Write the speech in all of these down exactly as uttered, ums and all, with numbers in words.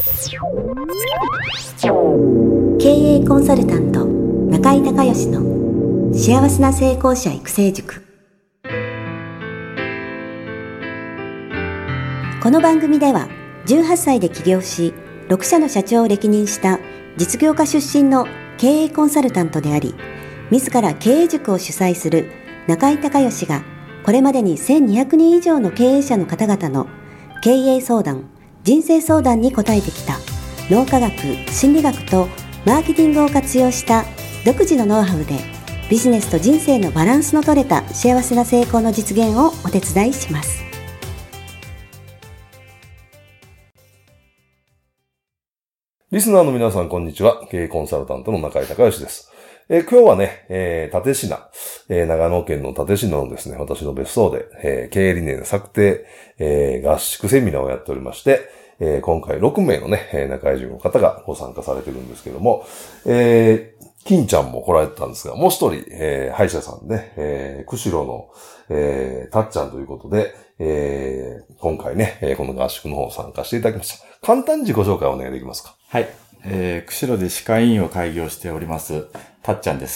経営コンサルタント中井孝義の幸せな成功者育成塾。この番組ではじゅうはっさいで起業しろくしゃの社長を歴任した実業家出身の経営コンサルタントであり、自ら経営塾を主催する中井孝義がこれまでにせんにひゃくにん以上の経営者の方々の経営相談、人生相談に応えてきた脳科学、心理学とマーケティングを活用した独自のノウハウでビジネスと人生のバランスの取れた幸せな成功の実現をお手伝いします。 リスナーの皆さん、こんにちは。経営コンサルタントの中井孝義です。えー、今日はね、えー、立科、えー、長野県の立科のですね、私の別荘で、えー、経営理念策定、えー、合宿セミナーをやっておりまして、えー、今回ろくめいのね、中井塾の方がご参加されてるんですけども、えー、金ちゃんも来られてたんですが、もう一人、えー、歯医者さんで、えー、釧路の、えー、たっちゃんということで、えー、今回ね、この合宿の方参加していただきました。簡単に自己紹介をお願いできますか？ はい。えー、釧路で歯科医院を開業しております、たっちゃんです。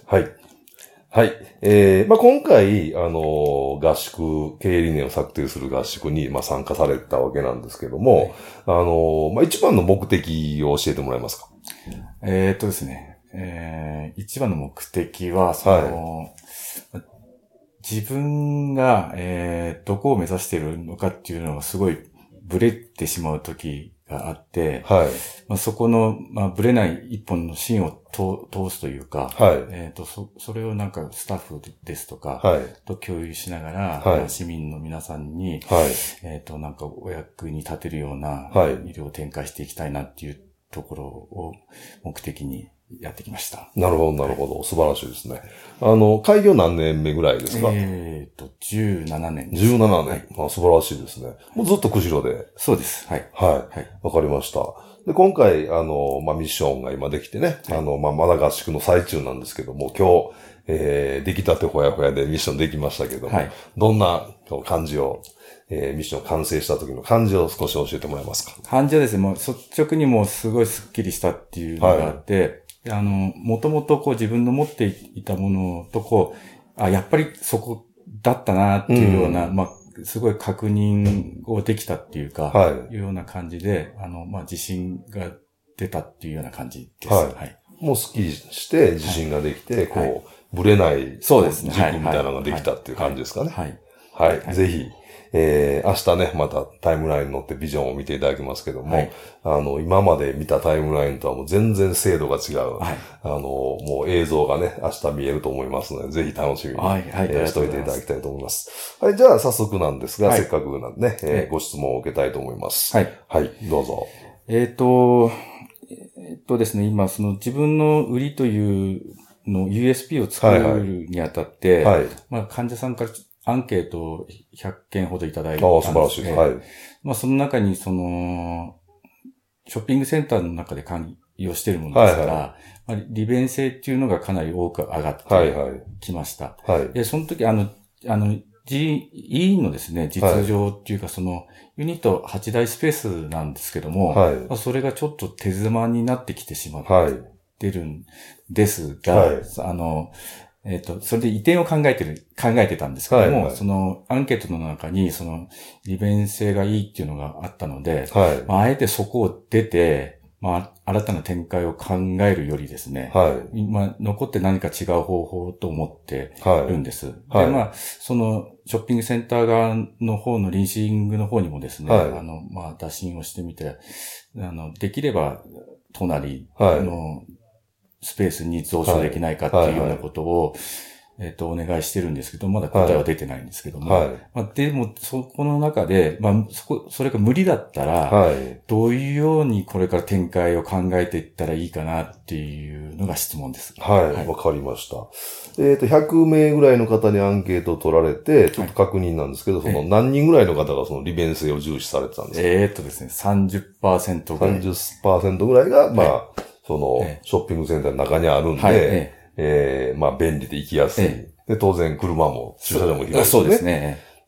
はい。はい。えー、まあ、今回、あのー、合宿、経営理念を策定する合宿に、まあ、参加されたわけなんですけども、はい、あのー、まあ、一番の目的を教えてもらえますか？ えーっとですね、えー、一番の目的は、その、はい、自分が、えー、どこを目指しているのかっていうのがすごいブレてしまうときがあって、はい。まあ、そこの、まあ、ブレない一本の芯を通すというか、はい。えっと、そ、それをなんかスタッフですとか、はい。と共有しながら、はい。まあ、市民の皆さんに、はい。えっと、なんかお役に立てるような、はい。医療を展開していきたいなっていうところを目的にやってきました。 なるほど、なるほど。はい、素晴らしいですね。あの、開業何年目ぐらいですか？ えっと、じゅうななねんです。 じゅうななねん。はい、まあ、素晴らしいですね。もうずっと釧路で。 そうです。はい。 はい。はい。わかりました。で、今回、あの、まあ、ミッションが今できてね、はい、あの、まあ、まだ合宿の最中なんですけども、今日、えー、出来たてほやほやでミッションできましたけども、はい、どんな感じを、えー、ミッション完成した時の感じを少し教えてもらえますか？ 感じはですね、もう率直にもうすごいスッキリしたっていうのがあって、はい、あの、もともとこう自分の持っていたものとこう、あ、やっぱりそこだったなっていうような、うん、まあ、すごい確認をできたっていうか、はい、いうような感じで、あの、まあ、自信が出たっていうような感じです。はい。はい、 もうスッキリして自信ができて、はい、こう、はい、ぶれない、 そうですね。 軸みたいなのができたっていう感じですかね。 はい。 はい。はいはい、ぜひ、えー、明日ね、またタイムラインに乗ってビジョンを見ていただきますけども、はい、あの、今まで見たタイムラインとはもう全然精度が違う、はい、あの、もう映像がね、明日見えると思いますので、ぜひ楽しみに、はいはい、えー、しといていただきたいと思います。はい、じゃあ早速なんですが、はい、せっかくなんでね、えーはい、ご質問を受けたいと思います。はい。はい、どうぞ。 えっと、えっとですね、今、その自分の売りというの ユーエスピー を作るにあたって、はいはい、まあ患者さんからアンケートをひゃっけんほどいただいたんです。 ああ、素晴らしい。はい。 まあその中にその、ショッピングセンターの中で管理をしているものですから、はいはい、まあ、利便性っていうのがかなり多く上がってきました。はいはい、で、その時あの、あの、G、委員のですね、実情っていうか、その、ユニットはちだいスペースなんですけども、はい、まあ、それがちょっと手妻になってきてしまってるんですが、はい、あの、えっと、それで移転を考えてる、考えてたんですけども、はいはい、その、アンケートの中に、その、利便性がいいっていうのがあったので、はい、まあ、あえてそこを出て、まあ、新たな展開を考えるよりですね、はい、今、残って何か違う方法と思ってるんです。はい、で、まあ、その、ショッピングセンター側の方のリーシングの方にもですね、はい、あの、まあ、打診をしてみて、あの、できれば、隣の、はいスペースに増床できないかっていうようなことを、はいはいはい、えっと、お願いしてるんですけど、まだ答えは出てないんですけども。はい。まあ、でも、そこの中で、まあ、そこ、それが無理だったら、はい。どういうようにこれから展開を考えていったらいいかなっていうのが質問です。 はい。わ、はい、かりました。えっと、ひゃくめいぐらいの方にアンケートを取られて、ちょっと確認なんですけど、はい、その何人ぐらいの方がその利便性を重視されてたんですか？ えー、っとですね、さんじゅっパーセント ぐらい。 さんじゅっパーセント ぐらいが、まあ、はいその、ショッピングセンターの中にあるんで、はい、ええー、まあ便利で行きやすい、ええ。で、当然車も駐車場も広いですね。 そうですね。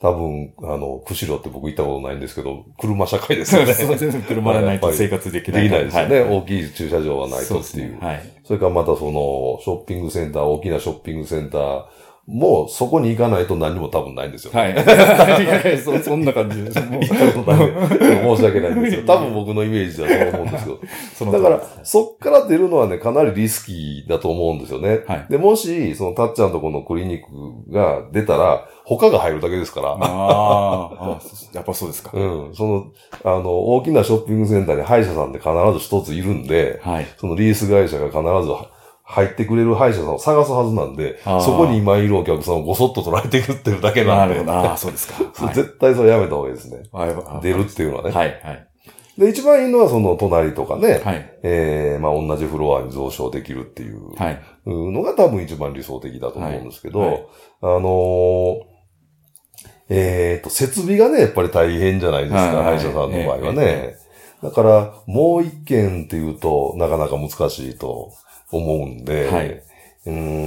多分、あの、釧路って僕行ったことないんですけど、車社会ですよね。 そうですね。車がないと生活できない。 できないですよね。 はい、 大きい駐車場がないとっていう。 そうですね。はい。 それからまたその、ショッピングセンター、大きなショッピングセンターも、そこに行かないと何も多分ないんですよ。 はい。いやいやそ、そんな感じです。もう。 行ったことないんで、申し訳ないんですよ。多分僕のイメージだと思うんですけど。そだから、そっから出るのはね、かなりリスキーだと思うんですよね。はい。で、もし、そのたっちゃんとこのクリニックが出たら、他が入るだけですから。ああ、やっぱそうですか。 うん。その、あの、大きなショッピングセンターに歯医者さんって必ず一ついるんで、はい。そのリース会社が必ず入ってくれる歯医者さんを探すはずなんで、そこに今いるお客さんをごそっと捉えていくっていうだけなんで。 なるほど。ああ、そうですか。 はい、絶対それやめた方がいいですね。はい、出るっていうのはね。 はい、はい。 で、一番いいのはその隣とかね。はい。ええー、まあ同じフロアに増床できるっていう。はい。のが多分一番理想的だと思うんですけど、はいはい、あのー、えっ、ー、と、設備がね、やっぱり大変じゃないですか、はいはい、歯医者さんの場合はね。えー、だから、もう一件っていうと、なかなか難しいと思うんで、はい。うん、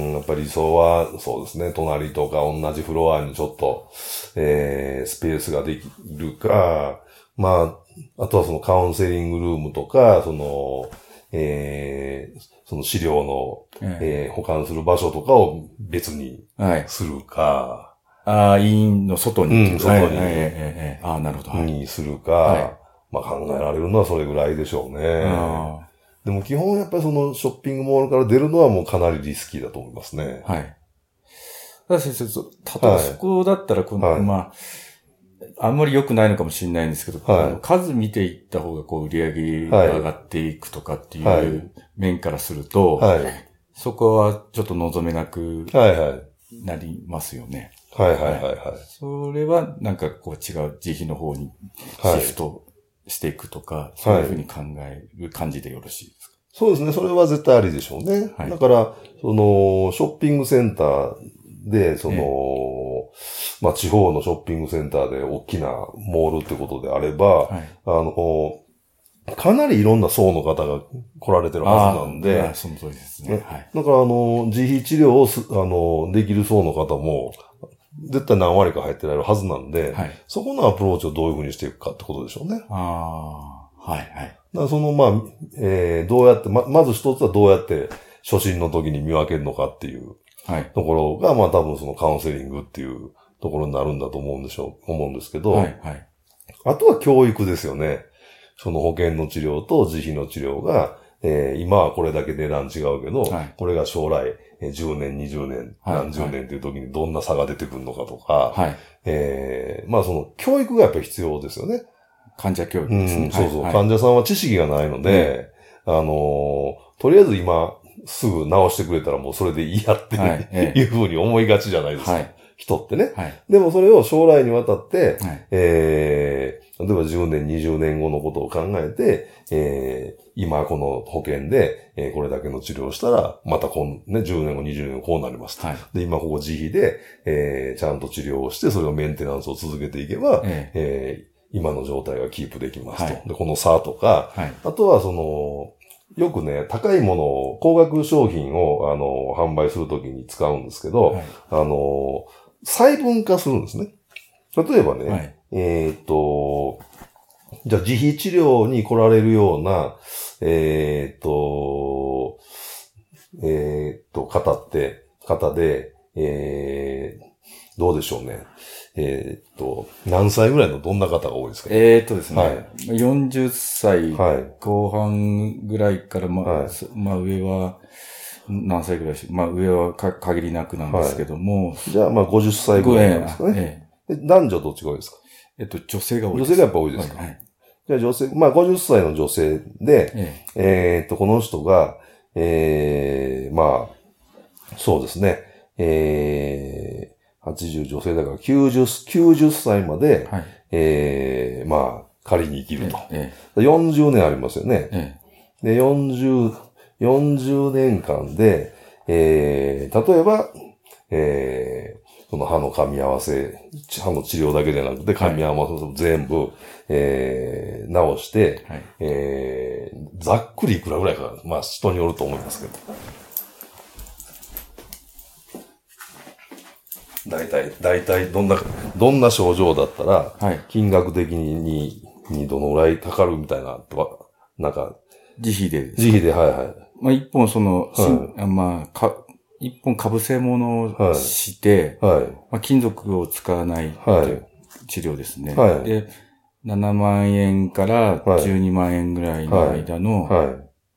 やっぱり理想は、そうですね、隣とか同じフロアにちょっと、えー、スペースができるか、まあ、あとはそのカウンセリングルームとか、その、えー、その資料の、えー、保管する場所とかを別にするか、 はい、ああ、医院の外に。 うん、外に、はいえーえー。ああ、なるほど。 にするか、はい、まあ考えられるのはそれぐらいでしょうね。あでも基本やっぱりそのショッピングモールから出るのはもうかなりリスキーだと思いますね。 はい。ただ先生、例えばそこだったらこの、はい、まあ、あんまり良くないのかもしれないんですけど、はい、あの数見ていった方がこう売り上げが上がっていくとかっていう面からすると、はいはい、そこはちょっと望めなくなりますよね。 はいはいはいはい。はい、 それはなんかこう違う自費の方にシフトしていくとか、はい、そういうふうに考える感じでよろしいですか？ そうですね。それは絶対ありでしょうね。はい、だから、その、ショッピングセンターで、その、ええ、まあ、地方のショッピングセンターで大きなモールってことであれば、はい、あの、かなりいろんな層の方が来られてるはずなんで、 ああ、その通りですね。はい、 だから、あの、自費治療をす、あの、できる層の方も、絶対何割か入ってられるはずなんで、はい、そこのアプローチをどういうふうにしていくかってことでしょうね。 ああ、はい、はい。 だからその、まあ、えー、どうやって、ま、まず一つはどうやって初診の時に見分けるのかっていう。はい。ところが、まあ多分そのカウンセリングっていうところになるんだと思うんでしょう、思うんですけど。はい、はい。あとは教育ですよね。その保険の治療と自費の治療が、えー、今はこれだけ値段違うけど、はい、これが将来、じゅうねん、にじゅうねん、はい、何十年っていう時にどんな差が出てくるのかとか、はい。えー、まあその教育がやっぱり必要ですよね。 患者教育ですね。 うん、そうそう、はい。患者さんは知識がないので、うん、あのー、とりあえず今、すぐ直してくれたらもうそれでいいやって、はい、いうふうに思いがちじゃないですか。はい、人ってね、はい。でもそれを将来にわたって、はい、えー、例えばじゅうねん、にじゅうねんごのことを考えて、えー、今この保険で、えー、これだけの治療をしたら、また今、ね、じゅうねんご、にじゅうねんごこうなりますと。はい、で、今ここ自費で、えー、ちゃんと治療をして、それをメンテナンスを続けていけば、えーえー、今の状態がキープできますと。はい、で、この差とか、はい、あとはその、よくね、高いものを、高額商品を、あの、販売するときに使うんですけど、はい、あの、細分化するんですね。例えばね、はい、えーっと、じゃあ自費治療に来られるような、えーっと、えーっと、方って、方で、えー、どうでしょうね。えー、っと、何歳ぐらいのどんな方が多いですか？ えー、っとですね、はい、よんじゅっさいこう半ぐらいから、まあ、はい、まあ上は何歳ぐらいし、まあ上はか限りなくなんですけども。はい、じゃあまあごじゅっさいぐらいなんですかね。えー、男女どっちが多いですか？ えっと、女性が多いです。 女性がやっぱ多いですか？はい。じゃあ女性、まあごじゅっさいの女性で、えー、えー、っと、この人が、えー、まあ、そうですね、えー、はちじゅう女性だからきゅうじゅう、きゅうじゅっさいまで、はい、ええー、まあ、仮に生きると。ええ、よんじゅうねんありますよね。ええ、で、よんじゅう、よんじゅうねんかんで、ええー、例えば、ええー、その歯の噛み合わせ、歯の治療だけじゃなくて噛み合わせを全部、はい、ええー、直して、はい、ええー、ざっくりいくらぐらいか、まあ人によると思いますけど。 大体、大体、どんな、どんな症状だったら、はい、金額的に、にどのぐらいかかるみたいな、とか、なんか、 自費で。 自費で、はいはい。 まあ、一本その、はい、まあ、か、一本被せ物をして、はいはい、まあ、金属を使わない治療ですね。はい、で、ななまんえんからじゅうにまんえんぐらいの間の、はいはい、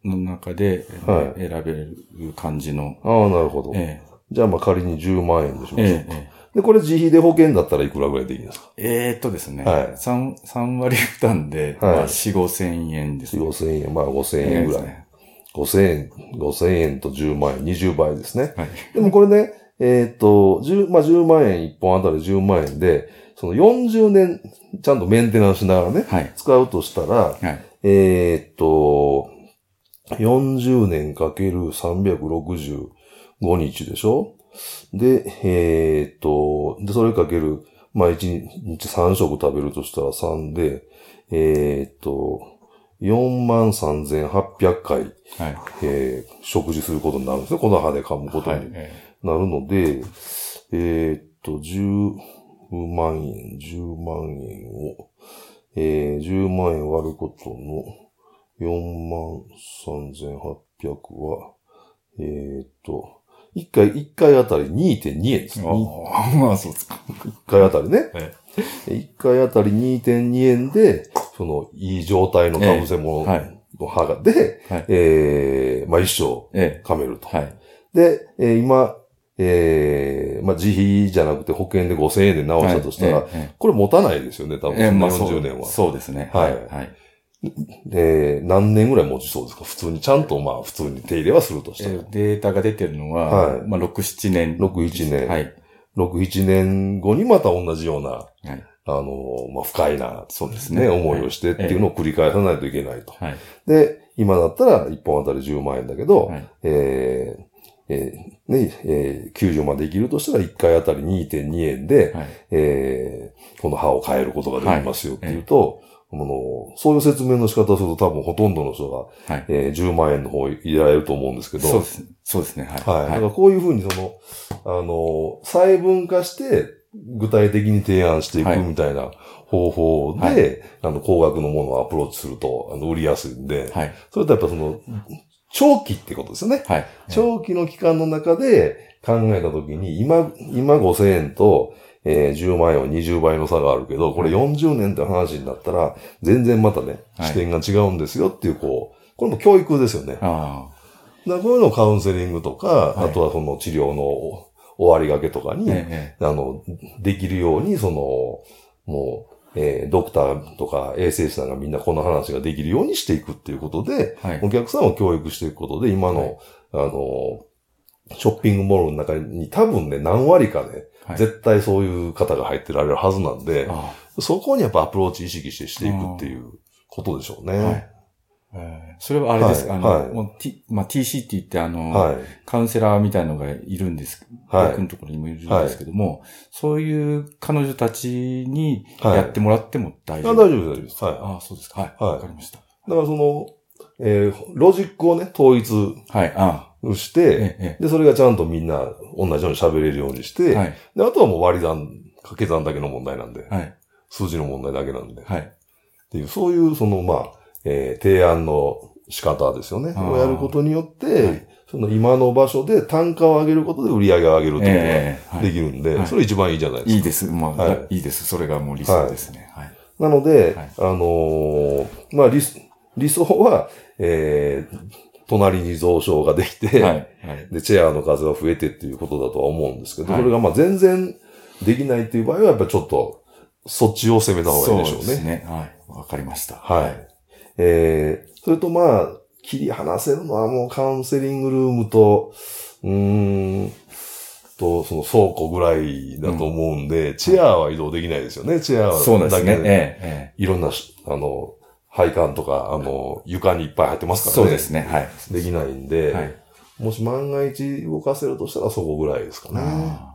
の中で、はい、選べる感じの。 ああ、なるほど。ええ、じゃあ、まあ、仮にじゅうまんえんでしょうか。ええ、で、これ自費で保険だったらいくらぐらいできるんですか？ えーっとですね。はい。三、三割負担で、はい、まあ、四、五千円ですね。 四、五千円、まあ、五千円ぐらい。えー五千円、五千円とじゅうまんえん、にじゅうばいですね。はい。でもこれね、えー、っと、十、まあ、じゅうまんえんいっぽんあたりじゅうまんえんで、そのよんじゅうねん、ちゃんとメンテナンスしながらね、はい、使うとしたら、はい、えー、っと、よんじゅうねんかけるさんびゃくろくじゅうごにちでしょ？で、えー、っと、で、それかける、まあ、いちにちさんしょく食べるとしたらさんで、えー、っと、よんまんさんぜんはっぴゃっかい、はい、えー、食事することになるんですね。この歯で噛むことになるので、はい、えー、っと、じゅうまんえん、じゅうまんえんを、えー、じゅうまんえん割ることのよんまんさんぜんはっぴゃくは、えー、っと、一回、一回あたり にてんに 円です。 ああ、まあそうですか。 一回あたりね。一回あたり にてんに 円で、その、いい状態の被せ物の歯がで、はい、えー、まあ一生噛めると。はい、で、えー、今、えー、まあ自費じゃなくて保険でごせんえんで直したとしたら、はい、これ持たないですよね、多分。えー、まあ、よんじゅうねんは。 そうですね。 はい。はい。で、何年ぐらい持ちそうですか？普通に、ちゃんとまあ普通に手入れはするとしたら。えー、 データが出てるのは、はい、まあろく、ななねん。 ろく、ななねん。はい。ろく、ななねんごにまた同じような、はい、あの、まあ不快な、そうですね、思いをしてっていうのを繰り返さないといけないと。はい。で、今だったらいっぽんあたりじゅうまんえんだけど、はい、えーえー、ね、えー、きゅうじゅうまでできるとしたらいっかいあたり にてんに 円で、はい、えー、この歯を変えることができますよっていうと、はい、あのそういう説明の仕方をすると多分ほとんどの人が、はい、えー、じゅうまんえんの方を入れられると思うんですけど。 そうですね。そうですね。はい。 はい。だからこういうふうにその、あの、細分化して具体的に提案していくみたいな方法で、はい、あの、高額のものをアプローチすると、あの、売りやすいんで、はい、それとやっぱその、長期ってことですよね。はい。長期の期間の中で考えたときに、今、今ごせんえんと、えー、じゅうまんえんはにじゅうばいの差があるけど、これよんじゅうねんって話になったら、全然またね、視点が違うんですよっていう、こう、これも教育ですよね。あだからこういうのをカウンセリングとか、はい、あとはその治療の終わりがけとかに、ええ、あの、できるように、その、もう、えー、ドクターとか衛生士さんがみんなこの話ができるようにしていくっていうことで、はい、お客さんを教育していくことで、今の、はい、あの、ショッピングモールの中に多分ね、何割かね、はい、絶対そういう方が入ってられるはずなんで、そこにやっぱアプローチ意識してしていくっていうことでしょうね。はいえー、それはあれですか、はい、あの、はいもう T まあ、ティーシー って言ってあの、はい、カウンセラーみたいなのがいるんです。はい、僕のところにもいるんですけども、はい、そういう彼女たちにやってもらっても大丈夫、 はい、大丈夫です。はい。 ああ、そうですか。はい。わ、はい、かりました。 だからその、えー、ロジックをね、統一はい。ああして、ええ、で、それがちゃんとみんな同じように喋れるようにして、はい、で、あとはもう割り算、掛け算だけの問題なんで、はい、数字の問題だけなんで、はい、っていう、そういう、その、まあ、えー、提案の仕方ですよね。をやることによって、はい、その今の場所で単価を上げることで売り上げを上げるっていうことができるんで、えーはい、それ一番いいじゃないですか。 いいです。まあ、はい、いいです。それがもう理想ですね。はい、 なので、はい、あのー、まあ理、理想は、えー、隣に蔵書ができて、はいはい、で、チェアの数が増えてっていうことだとは思うんですけど、はい、それがまあ全然できないっていう場合は、やっぱりちょっと、そっちを攻めた方がいいでしょうね。そうですね。 はい。わかりました。 はい。はい、えー、それとまあ、切り離せるのはもうカウンセリングルームと、うーん、と、その倉庫ぐらいだと思うんで、うん、チェアは移動できないですよね、はい、チェアはだけで。 そうですね。ええ、 いろんな、あの、配管とか、あの、床にいっぱい入ってますからね。そうですね。はい。 できないんで、はい、もし万が一動かせるとしたらそこぐらいですかね。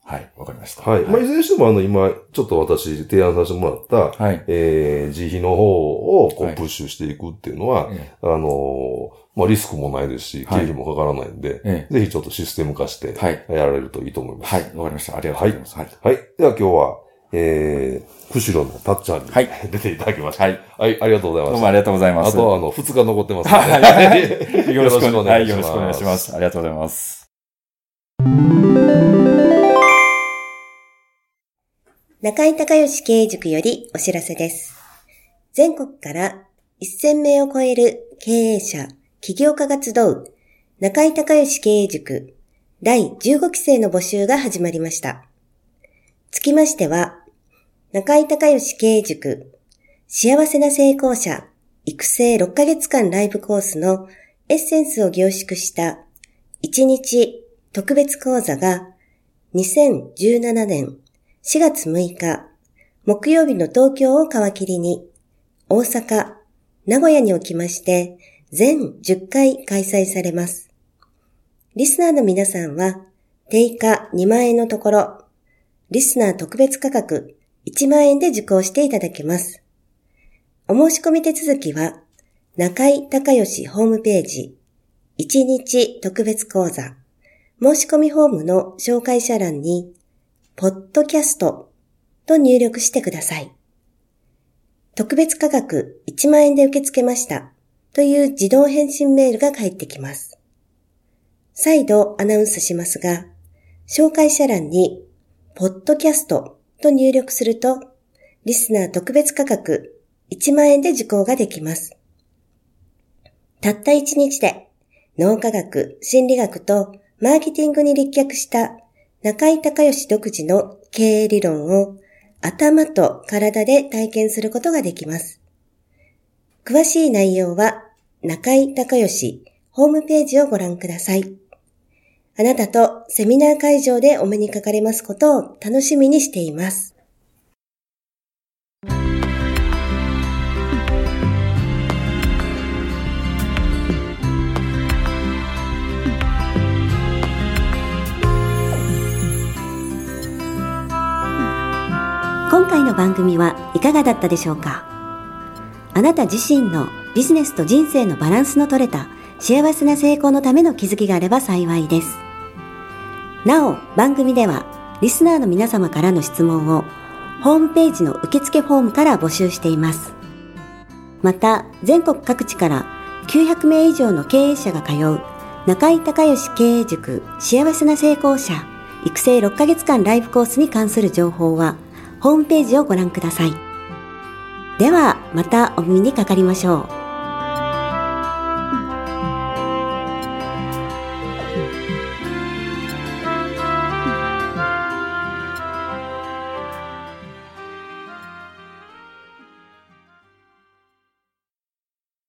はい、わかりました。 はい。はい、まあ、いずれにしても、あの、今、ちょっと私、提案させてもらった、はい。えー、自費の方を、こう、プッシュしていくっていうのは、はい、あの、まあ、リスクもないですし、経費もかからないんで、はい、ぜひちょっとシステム化して、はい。やられるといいと思います。 はい、わかりました。ありがとうございます。 はい。はい。では今日は、えー、釧路のたっちゃんに、はい、出ていただきました。はい。はい、ありがとうございます。 どうもありがとうございます。 あとは、あの、二日残ってますので、はい。 よろしくお願いします。はい、よろしくお願いします。ありがとうございます。 中井隆義経営塾よりお知らせです。全国からせんめいを超える経営者、起業家が集う中井隆義経営塾だいじゅうごきせいの募集が始まりました。つきましては、中井隆義経営塾幸せな成功者育成ろっかげつかんライブコースのエッセンスを凝縮したいちにち特別講座がにせんじゅうななねんしがつむいか木曜日の東京を皮切りに大阪、名古屋におきまして全じゅっかい開催されます。リスナーの皆さんは定価にまんえんのところ、リスナー特別価格いちまんえんで受講していただけます。お申し込み手続きは中井隆義ホームページいちにち特別講座申し込みフォームの紹介者欄にポッドキャストと入力してください。特別価格いちまんえんで受け付けましたという自動返信メールが返ってきます。再度アナウンスしますが、紹介者欄にポッドキャストと入力すると、リスナー特別価格いちまんえんで受講ができます。たったいちにちで脳科学、心理学とマーケティングに立脚した中井隆義独自の経営理論を頭と体で体験することができます。詳しい内容は中井隆義ホームページをご覧ください。あなたとセミナー会場でお目にかかれますことを楽しみにしています。 今回の番組はいかがだったでしょうか。あなた自身のビジネスと人生のバランスの取れた幸せな成功のための気づきがあれば幸いです。なお、番組ではリスナーの皆様からの質問をホームページの受付フォームから募集しています。また、全国各地からきゅうひゃくめい以上の経営者が通う中井隆義経営塾幸せな成功者育成ろっかげつかんライブコースに関する情報はホームページをご覧ください。ではまたお耳にかかりましょう。